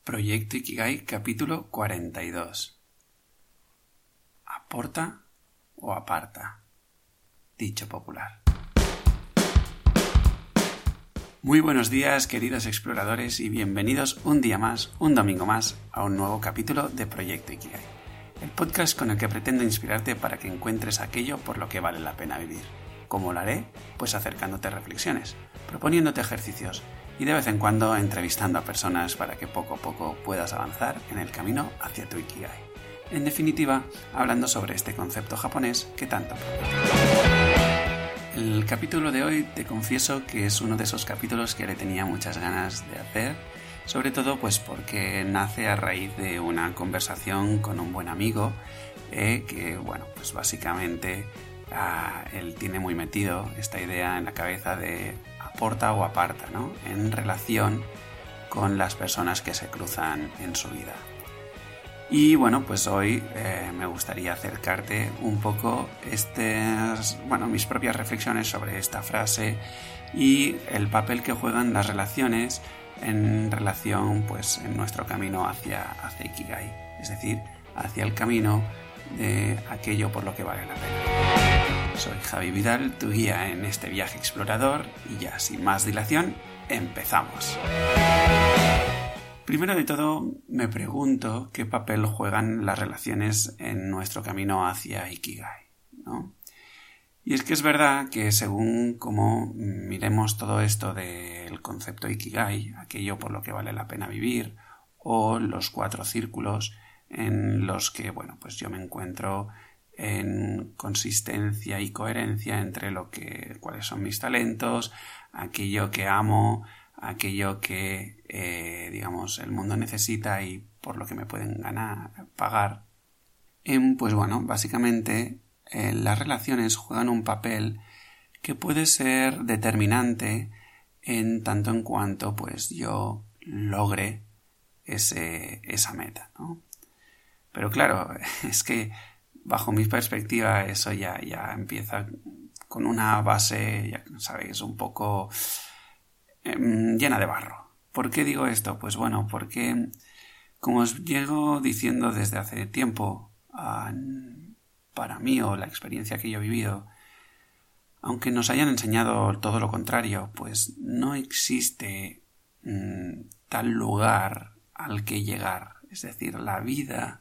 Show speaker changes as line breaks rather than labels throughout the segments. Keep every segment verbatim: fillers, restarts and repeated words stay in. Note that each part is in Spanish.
Proyecto Ikigai, capítulo cuarenta y dos. ¿Aporta o aparta? Dicho popular. Muy buenos días, queridos exploradores, y bienvenidos un día más, un domingo más, a un nuevo capítulo de Proyecto Ikigai, el podcast con el que pretendo inspirarte para que encuentres aquello por lo que vale la pena vivir. ¿Cómo lo haré? Pues acercándote reflexiones, proponiéndote ejercicios y de vez en cuando entrevistando a personas para que poco a poco puedas avanzar en el camino hacia tu Ikigai. En definitiva, hablando sobre este concepto japonés que tanto prometo. El capítulo de hoy te confieso que es uno de esos capítulos que le tenía muchas ganas de hacer, sobre todo pues porque nace a raíz de una conversación con un buen amigo eh, que, bueno, pues básicamente ah, él tiene muy metido esta idea en la cabeza de aporta o aparta, ¿no? En relación con las personas que se cruzan en su vida. Y bueno, pues hoy eh, me gustaría acercarte un poco estas, bueno, mis propias reflexiones sobre esta frase y el papel que juegan las relaciones en relación, pues, en nuestro camino hacia, hacia Ikigai, es decir, hacia el camino de aquello por lo que vale la pena. Soy Javi Vidal, tu guía en este viaje explorador, y ya sin más dilación, empezamos. Primero de todo, me pregunto qué papel juegan las relaciones en nuestro camino hacia Ikigai, ¿no? Y es que es verdad que según cómo miremos todo esto del concepto Ikigai, aquello por lo que vale la pena vivir, o los cuatro círculos en los que, bueno, pues yo me encuentro en consistencia y coherencia entre lo que, cuáles son mis talentos, aquello que amo, aquello que, eh, digamos, el mundo necesita y por lo que me pueden ganar, pagar. En, pues bueno, básicamente eh, las relaciones juegan un papel que puede ser determinante en tanto en cuanto pues yo logre ese, esa meta, ¿no? Pero claro, es que bajo mi perspectiva eso ya, ya empieza con una base, ya sabéis, un poco eh, llena de barro. ¿Por qué digo esto? Pues bueno, porque como os llego diciendo desde hace tiempo, uh, para mí o la experiencia que yo he vivido, aunque nos hayan enseñado todo lo contrario, pues no existe mmm, tal lugar al que llegar. Es decir, la vida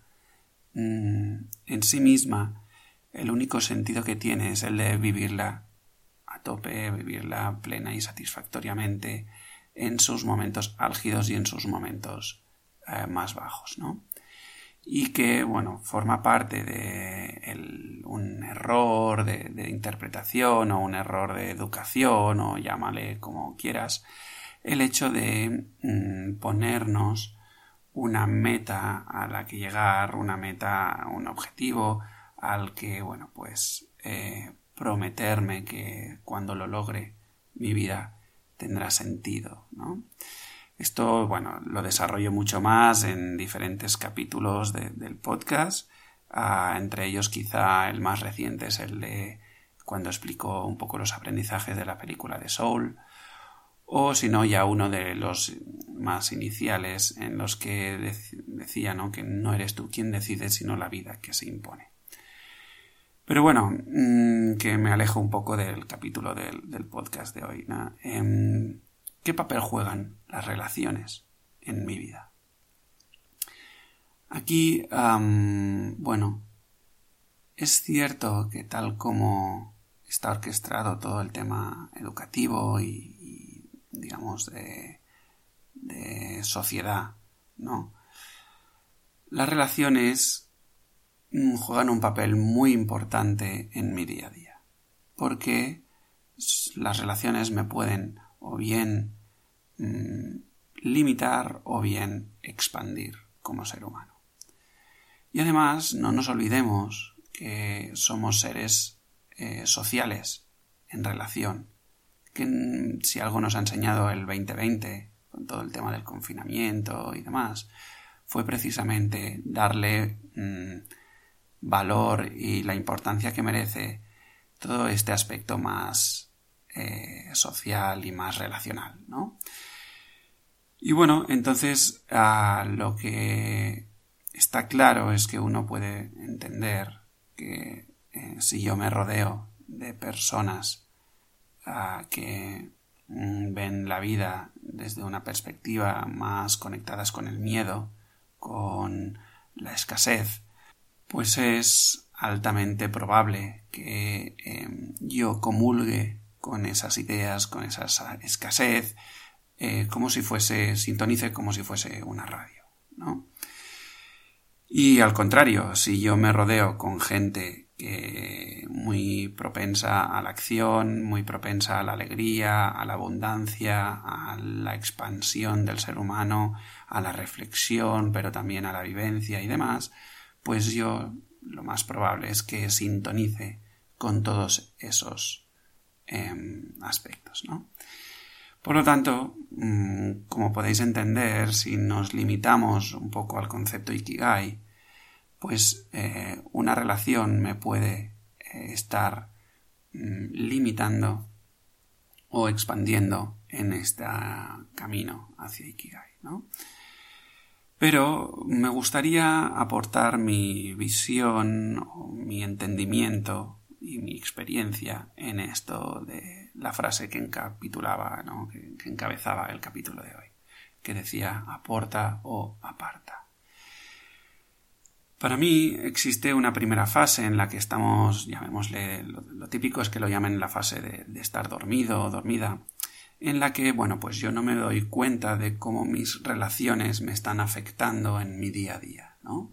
en sí misma, el único sentido que tiene es el de vivirla a tope, vivirla plena y satisfactoriamente en sus momentos álgidos y en sus momentos eh, más bajos, ¿no? Y que, bueno, forma parte de el, un error de, de interpretación o un error de educación, o llámale como quieras, el hecho de mm, ponernos una meta a la que llegar, una meta, un objetivo al que, bueno, pues eh, prometerme que cuando lo logre mi vida tendrá sentido, ¿no? Esto, bueno, lo desarrollo mucho más en diferentes capítulos de, del podcast, uh, entre ellos quizá el más reciente es el de cuando explico un poco los aprendizajes de la película de Soul, o si no ya uno de los más iniciales en los que dec- decía, ¿no?, que no eres tú quien decide sino la vida que se impone. Pero bueno, mmm, que me alejo un poco del capítulo del, del podcast de hoy, ¿no? Eh, ¿Qué papel juegan las relaciones en mi vida? Aquí, um, bueno, es cierto que tal como está orquestado todo el tema educativo y, y digamos, de, de sociedad, ¿no? Las relaciones juegan un papel muy importante en mi día a día, porque las relaciones me pueden o bien mmm, limitar o bien expandir como ser humano. Y además no nos olvidemos que somos seres eh, sociales en relación, que si algo nos ha enseñado el veinte veinte, con todo el tema del confinamiento y demás, fue precisamente darle mmm, valor y la importancia que merece todo este aspecto más eh, social y más relacional, ¿no? Y bueno, entonces uh, lo que está claro es que uno puede entender que eh, si yo me rodeo de personas uh, que mm, ven la vida desde una perspectiva más conectadas con el miedo, con la escasez, pues es altamente probable que eh, yo comulgue con esas ideas, con esa escasez, eh, como si fuese, sintonice como si fuese una radio, ¿no? Y al contrario, si yo me rodeo con gente que muy propensa a la acción, muy propensa a la alegría, a la abundancia, a la expansión del ser humano, a la reflexión, pero también a la vivencia y demás, pues yo lo más probable es que sintonice con todos esos eh, aspectos, ¿no? Por lo tanto, como podéis entender, si nos limitamos un poco al concepto Ikigai, pues eh, una relación me puede eh, estar mm, limitando o expandiendo en este camino hacia Ikigai, ¿no? Pero me gustaría aportar mi visión, o mi entendimiento y mi experiencia en esto de la frase que encapitulaba, ¿no? que, que encabezaba el capítulo de hoy, que decía aporta o aparta. Para mí existe una primera fase en la que estamos, llamémosle, lo, lo típico es que lo llamen la fase de, de estar dormido o dormida, en la que, bueno, pues yo no me doy cuenta de cómo mis relaciones me están afectando en mi día a día, ¿no?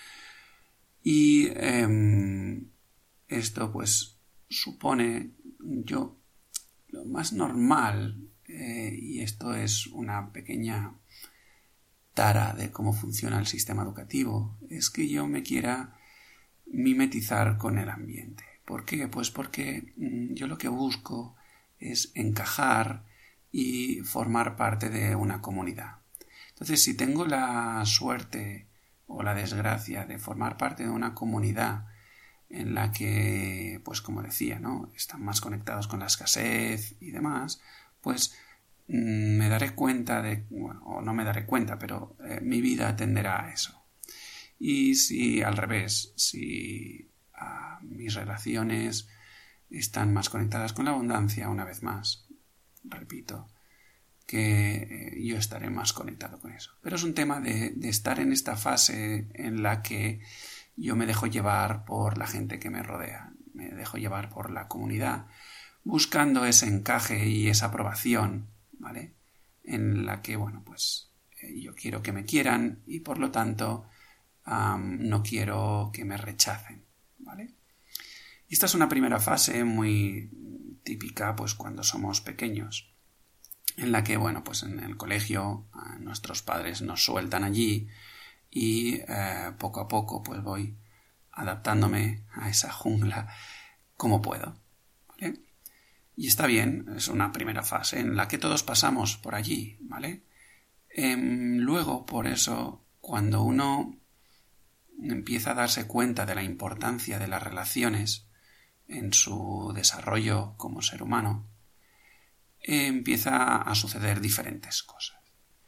Y eh, esto, pues, supone yo lo más normal, eh, y esto es una pequeña tara de cómo funciona el sistema educativo, es que yo me quiera mimetizar con el ambiente. ¿Por qué? Pues porque mm, yo lo que busco es encajar y formar parte de una comunidad. Entonces, si tengo la suerte o la desgracia de formar parte de una comunidad en la que, pues como decía, ¿no? están más conectados con la escasez y demás, pues mmm, me daré cuenta de, bueno, o no me daré cuenta, pero eh, mi vida tenderá a eso. Y si al revés, si ah, mis relaciones están más conectadas con la abundancia, una vez más, repito, que eh, yo estaré más conectado con eso. Pero es un tema de, de estar en esta fase en la que yo me dejo llevar por la gente que me rodea, me dejo llevar por la comunidad, buscando ese encaje y esa aprobación, ¿vale? En la que, bueno, pues eh, yo quiero que me quieran y por lo tanto um, no quiero que me rechacen, ¿vale? Y esta es una primera fase muy típica, pues cuando somos pequeños, en la que, bueno, pues en el colegio eh, nuestros padres nos sueltan allí y eh, poco a poco pues voy adaptándome a esa jungla como puedo, ¿vale? Y está bien, es una primera fase en la que todos pasamos por allí, ¿vale? Eh, luego, por eso, cuando uno empieza a darse cuenta de la importancia de las relaciones en su desarrollo como ser humano, eh, empieza a suceder diferentes cosas.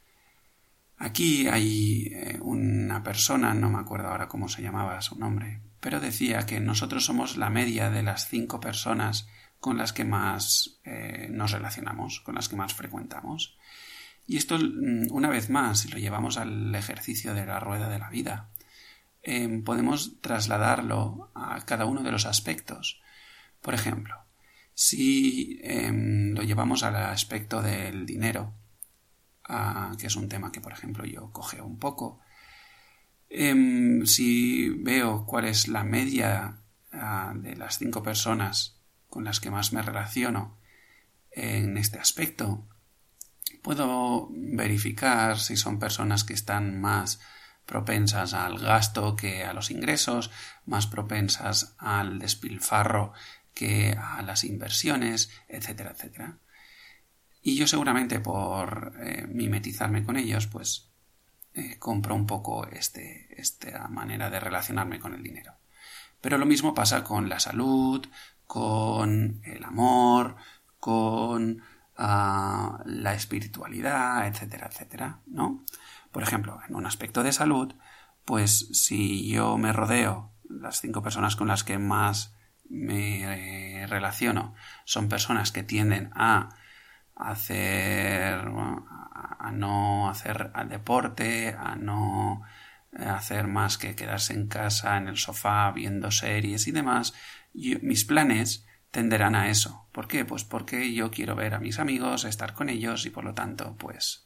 Aquí hay eh, una persona, no me acuerdo ahora cómo se llamaba su nombre, pero decía que nosotros somos la media de las cinco personas con las que más eh, nos relacionamos, con las que más frecuentamos. Y esto, una vez más, si lo llevamos al ejercicio de la rueda de la vida, eh, podemos trasladarlo a cada uno de los aspectos. Por ejemplo, si eh, lo llevamos al aspecto del dinero, uh, que es un tema que, por ejemplo, yo cogeo un poco, eh, si veo cuál es la media uh, de las cinco personas con las que más me relaciono en este aspecto, puedo verificar si son personas que están más propensas al gasto que a los ingresos, más propensas al despilfarro que a las inversiones, etcétera, etcétera. Y yo seguramente por eh, mimetizarme con ellos, pues eh, compro un poco este, esta manera de relacionarme con el dinero. Pero lo mismo pasa con la salud, con el amor, con uh, la espiritualidad, etcétera, etcétera, ¿no? Por ejemplo, en un aspecto de salud, pues si yo me rodeo, las cinco personas con las que más me eh, relaciono son personas que tienden a hacer, a, a no hacer deporte, a no hacer más que quedarse en casa, en el sofá, viendo series y demás, yo, mis planes tenderán a eso. ¿Por qué? Pues porque yo quiero ver a mis amigos, estar con ellos y por lo tanto, pues,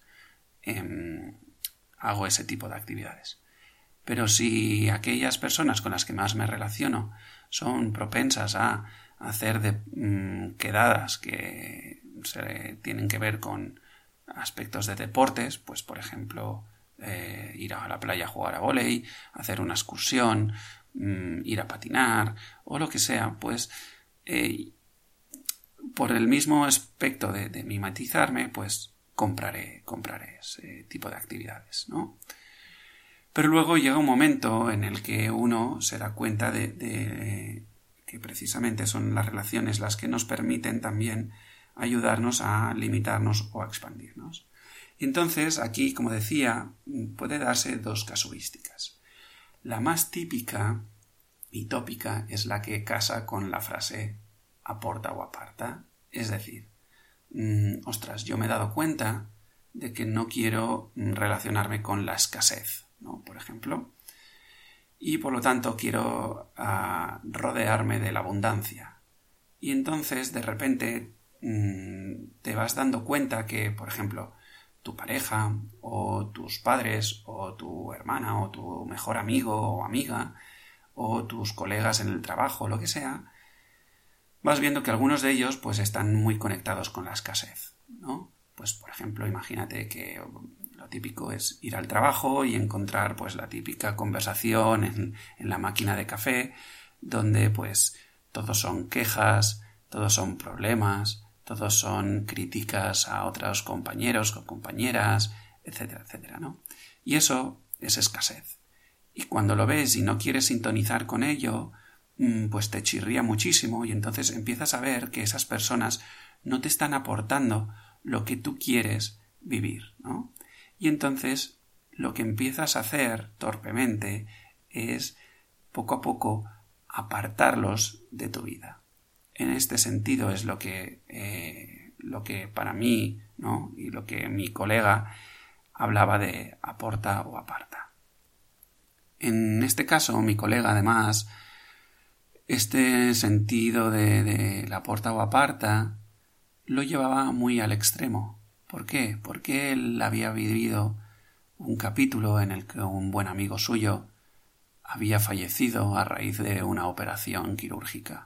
eh, hago ese tipo de actividades. Pero si aquellas personas con las que más me relaciono son propensas a hacer de, mmm, quedadas que se tienen que ver con aspectos de deportes, pues por ejemplo eh, ir a la playa a jugar a vóley, hacer una excursión, mmm, ir a patinar o lo que sea, pues eh, por el mismo aspecto de, de mimetizarme, pues compraré, compraré ese tipo de actividades, ¿no? Pero luego llega un momento en el que uno se da cuenta de, de que precisamente son las relaciones las que nos permiten también ayudarnos a limitarnos o a expandirnos. Y entonces aquí, como decía, puede darse dos casuísticas. La más típica y tópica es la que casa con la frase aporta o aparta. Es decir, mmm, ostras, yo me he dado cuenta de que no quiero relacionarme con la escasez, ¿no? Por ejemplo, y por lo tanto quiero uh, rodearme de la abundancia. Y entonces, de repente, mmm, te vas dando cuenta que, por ejemplo, tu pareja, o tus padres, o tu hermana, o tu mejor amigo o amiga, o tus colegas en el trabajo, lo que sea, vas viendo que algunos de ellos pues están muy conectados con la escasez, ¿no? Pues, por ejemplo, imagínate que lo típico es ir al trabajo y encontrar pues la típica conversación en, en la máquina de café, donde pues todos son quejas, todos son problemas, todos son críticas a otros compañeros o compañeras, etcétera, etcétera, ¿no? Y eso es escasez. Y cuando lo ves y no quieres sintonizar con ello, pues te chirría muchísimo y entonces empiezas a ver que esas personas no te están aportando lo que tú quieres vivir, ¿no? Y entonces lo que empiezas a hacer torpemente es poco a poco apartarlos de tu vida. En este sentido es lo que, eh, lo que para mí, ¿no? Y lo que mi colega hablaba de aporta o aparta. En este caso, mi colega además, este sentido de, de la aporta o aparta lo llevaba muy al extremo. ¿Por qué? Porque él había vivido un capítulo en el que un buen amigo suyo había fallecido a raíz de una operación quirúrgica.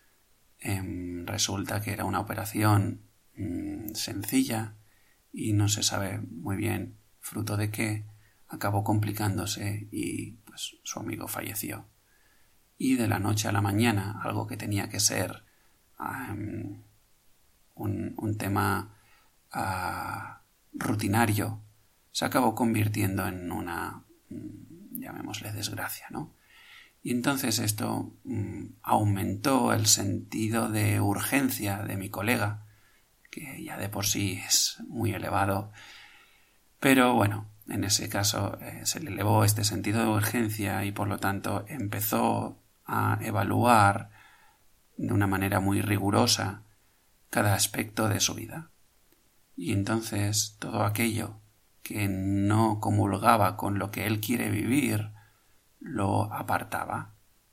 Eh, resulta que era una operación mmm, sencilla y no se sabe muy bien fruto de qué acabó complicándose y pues su amigo falleció. Y de la noche a la mañana, algo que tenía que ser um, un, un tema uh, rutinario, se acabó convirtiendo en una, um, llamémosle desgracia, ¿no? Y entonces esto um, aumentó el sentido de urgencia de mi colega, que ya de por sí es muy elevado, pero bueno, en ese caso eh, se le elevó este sentido de urgencia y por lo tanto empezó a evaluar de una manera muy rigurosa cada aspecto de su vida. Y entonces todo aquello que no comulgaba con lo que él quiere vivir lo apartaba.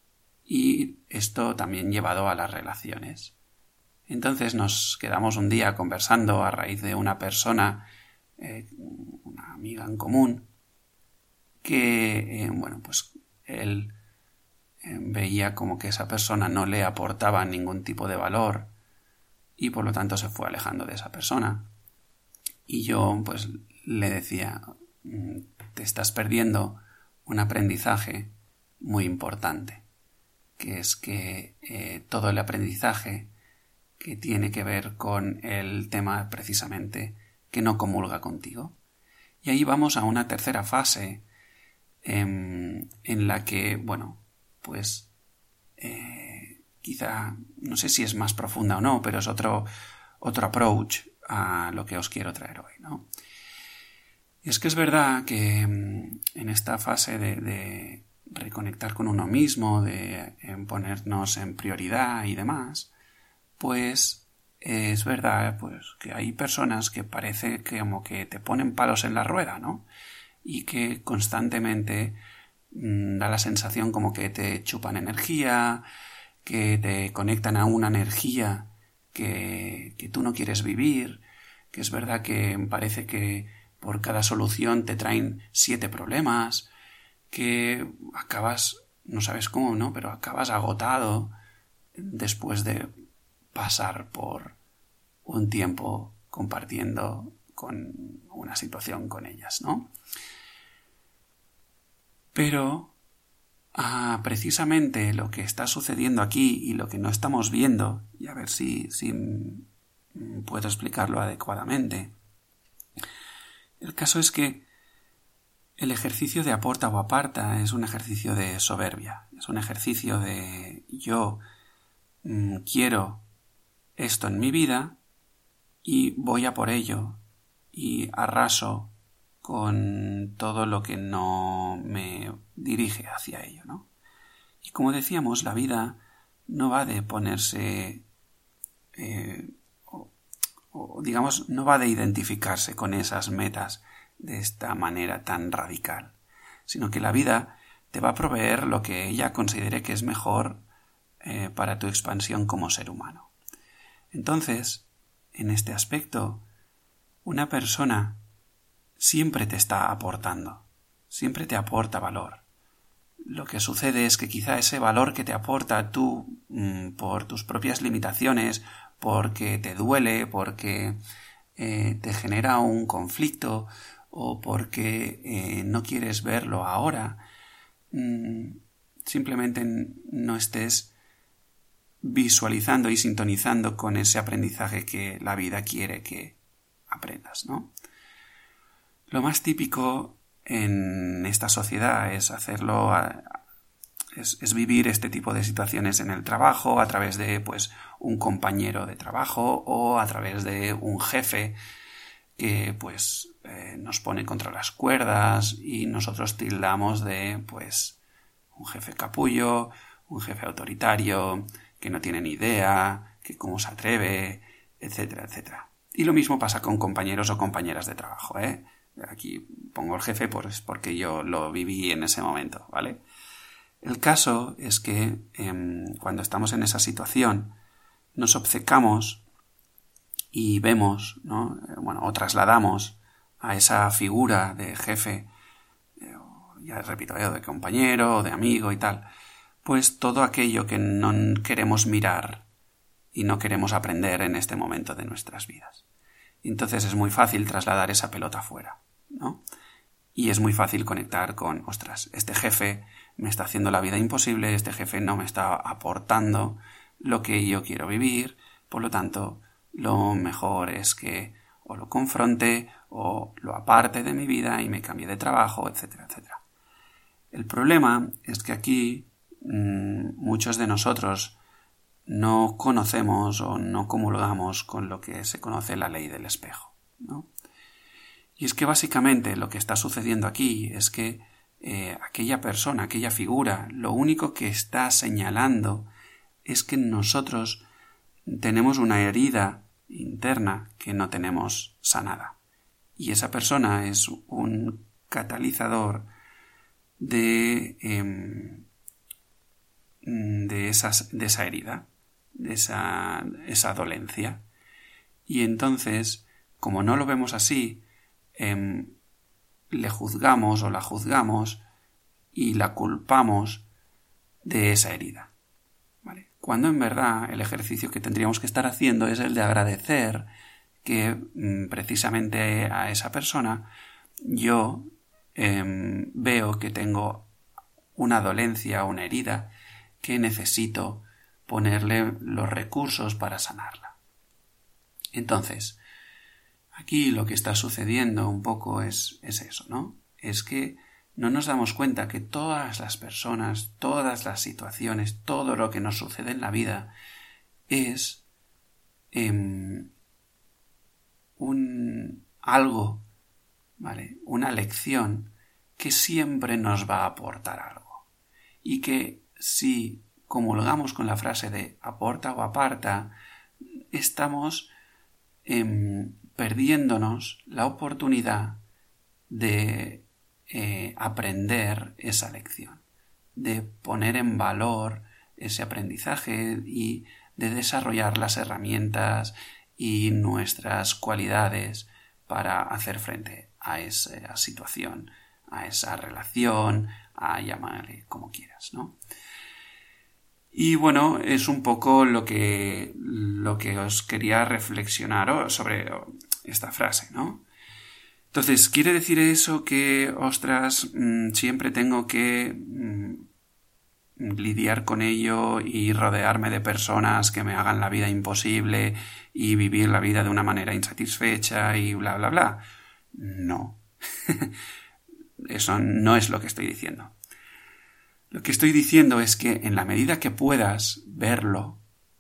Y esto también llevado a las relaciones. Entonces nos quedamos un día conversando a raíz de una persona, eh, una amiga en común, que, eh, bueno, pues él veía como que esa persona no le aportaba ningún tipo de valor y por lo tanto se fue alejando de esa persona. Y yo pues le decía, te estás perdiendo un aprendizaje muy importante, que es que eh, todo el aprendizaje que tiene que ver con el tema precisamente que no comulga contigo. Y ahí vamos a una tercera fase eh, en la que, bueno, pues eh, quizá, no sé si es más profunda o no, pero es otro, otro approach a lo que os quiero traer hoy, ¿no? Y es que es verdad que en esta fase de, de reconectar con uno mismo, de en ponernos en prioridad y demás, pues es verdad pues que hay personas que parece que como que te ponen palos en la rueda, ¿no? Y que constantemente mmm, da la sensación como que te chupan energía, que te conectan a una energía que, que tú no quieres vivir, que es verdad que parece que por cada solución te traen siete problemas, que acabas, no sabes cómo, ¿no? Pero acabas agotado después de pasar por un tiempo compartiendo con una situación con ellas, ¿no? Pero ah, precisamente lo que está sucediendo aquí y lo que no estamos viendo, y a ver si, si puedo explicarlo adecuadamente. El caso es que el ejercicio de aporta o aparta es un ejercicio de soberbia, es un ejercicio de yo mmm, quiero esto en mi vida y voy a por ello y arraso con todo lo que no me dirige hacia ello, ¿no? Y como decíamos, la vida no va de ponerse, eh, o, o digamos, no va de identificarse con esas metas de esta manera tan radical, sino que la vida te va a proveer lo que ella considere que es mejor eh, para tu expansión como ser humano. Entonces, en este aspecto, una persona siempre te está aportando, siempre te aporta valor. Lo que sucede es que quizá ese valor que te aporta tú mmm, por tus propias limitaciones, porque te duele, porque eh, te genera un conflicto o porque eh, no quieres verlo ahora, mmm, simplemente no estés visualizando y sintonizando con ese aprendizaje que la vida quiere que aprendas, ¿no? Lo más típico en esta sociedad es hacerlo, a, es, es vivir este tipo de situaciones en el trabajo a través de pues un compañero de trabajo o a través de un jefe que pues eh, nos pone contra las cuerdas y nosotros tildamos de pues un jefe capullo, un jefe autoritario, que no tiene ni idea, que cómo se atreve, etcétera, etcétera. Y lo mismo pasa con compañeros o compañeras de trabajo, ¿eh? Aquí pongo el jefe pues porque yo lo viví en ese momento, ¿vale? El caso es que eh, cuando estamos en esa situación nos obcecamos y vemos, ¿no? Bueno, o trasladamos a esa figura de jefe, eh, ya repito, eh, o de compañero, o de amigo y tal, pues todo aquello que no queremos mirar y no queremos aprender en este momento de nuestras vidas. Y entonces es muy fácil trasladar esa pelota fuera, ¿no? Y es muy fácil conectar con, ostras, este jefe me está haciendo la vida imposible, este jefe no me está aportando lo que yo quiero vivir, por lo tanto, lo mejor es que o lo confronte o lo aparte de mi vida y me cambie de trabajo, etcétera, etcétera. El problema es que aquí mmm, muchos de nosotros no conocemos o no comulgamos con lo que se conoce la ley del espejo, ¿no? Y es que básicamente lo que está sucediendo aquí es que eh, aquella persona, aquella figura, lo único que está señalando es que nosotros tenemos una herida interna que no tenemos sanada. Y esa persona es un catalizador de, eh, de, esas, de esa herida, de esa, esa dolencia. Y entonces, como no lo vemos así, eh, le juzgamos o la juzgamos y la culpamos de esa herida, ¿vale? Cuando en verdad el ejercicio que tendríamos que estar haciendo es el de agradecer que mmm, precisamente a esa persona yo eh, veo que tengo una dolencia, una herida que necesito ponerle los recursos para sanarla. Entonces, aquí lo que está sucediendo un poco es, es eso, ¿no? Es que no nos damos cuenta que todas las personas, todas las situaciones, todo lo que nos sucede en la vida es eh, un algo, ¿vale? Una lección que siempre nos va a aportar algo. Y que si comulgamos con la frase de aporta o aparta, estamos eh, perdiéndonos la oportunidad de eh, aprender esa lección, de poner en valor ese aprendizaje y de desarrollar las herramientas y nuestras cualidades para hacer frente a esa situación, a esa relación, a llamarle como quieras, ¿no? Y bueno, es un poco lo que, lo que os quería reflexionar sobre esta frase, ¿no? Entonces, ¿quiere decir eso que, ostras, mmm, siempre tengo que mmm, lidiar con ello y rodearme de personas que me hagan la vida imposible y vivir la vida de una manera insatisfecha y bla, bla, bla? No. Eso no es lo que estoy diciendo. Lo que estoy diciendo es que en la medida que puedas verlo,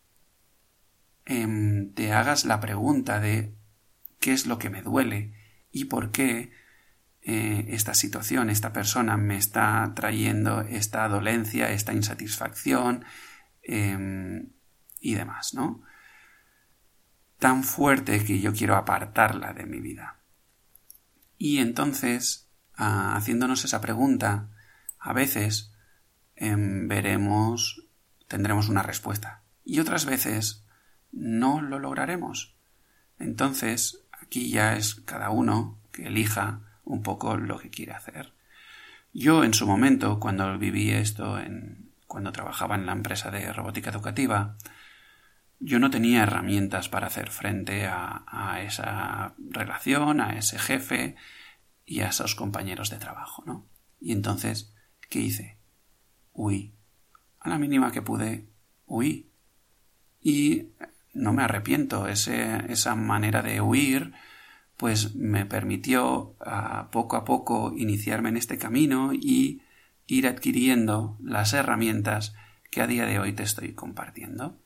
eh, te hagas la pregunta de qué es lo que me duele y por qué eh, esta situación, esta persona me está trayendo esta dolencia, esta insatisfacción eh, y demás, ¿no? Tan fuerte que yo quiero apartarla de mi vida. Y entonces, ah, haciéndonos esa pregunta, a veces eh, veremos, tendremos una respuesta y otras veces no lo lograremos. Entonces, aquí ya es cada uno que elija un poco lo que quiere hacer. Yo en su momento, cuando viví esto, en, cuando trabajaba en la empresa de robótica educativa, yo no tenía herramientas para hacer frente a, a esa relación, a ese jefe y a esos compañeros de trabajo, ¿no? Y entonces, ¿qué hice? Huí. A la mínima que pude, huí. Y no me arrepiento. Ese, esa manera de huir pues me permitió a poco a poco iniciarme en este camino y ir adquiriendo las herramientas que a día de hoy te estoy compartiendo.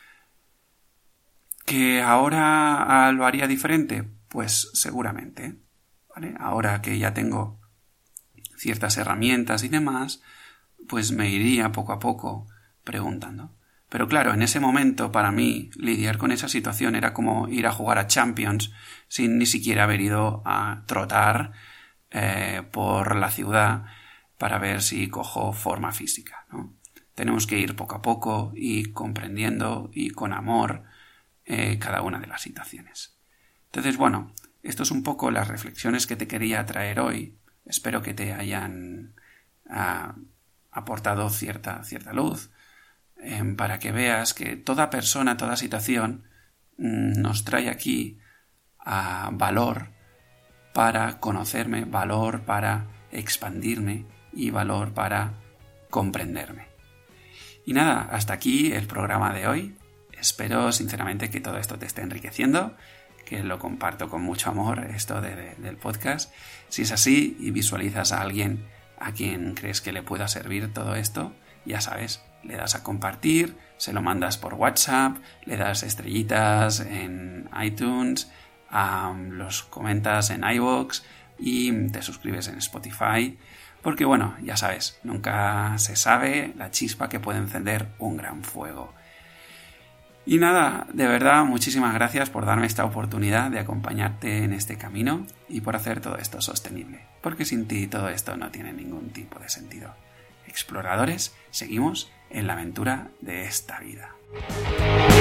¿Que ahora lo haría diferente? Pues seguramente, ¿vale? Ahora que ya tengo ciertas herramientas y demás, pues me iría poco a poco preguntando. Pero claro, en ese momento para mí lidiar con esa situación era como ir a jugar a Champions sin ni siquiera haber ido a trotar eh, por la ciudad para ver si cojo forma física, ¿no? Tenemos que ir poco a poco y comprendiendo y con amor eh, cada una de las situaciones. Entonces, bueno, esto es un poco las reflexiones que te quería traer hoy. Espero que te hayan ah, aportado cierta, cierta luz. Para que veas que toda persona, toda situación nos trae aquí a valor para conocerme, valor para expandirme y valor para comprenderme. Y nada, hasta aquí el programa de hoy. Espero sinceramente que todo esto te esté enriqueciendo, que lo comparto con mucho amor, esto de, de, del podcast. Si es así y visualizas a alguien a quien crees que le pueda servir todo esto, ya sabes, le das a compartir, se lo mandas por WhatsApp, le das estrellitas en iTunes, um, los comentas en iVoox y te suscribes en Spotify, porque bueno, ya sabes, nunca se sabe la chispa que puede encender un gran fuego. Y nada, de verdad, muchísimas gracias por darme esta oportunidad de acompañarte en este camino y por hacer todo esto sostenible, porque sin ti todo esto no tiene ningún tipo de sentido. Exploradores, seguimos en la aventura de esta vida.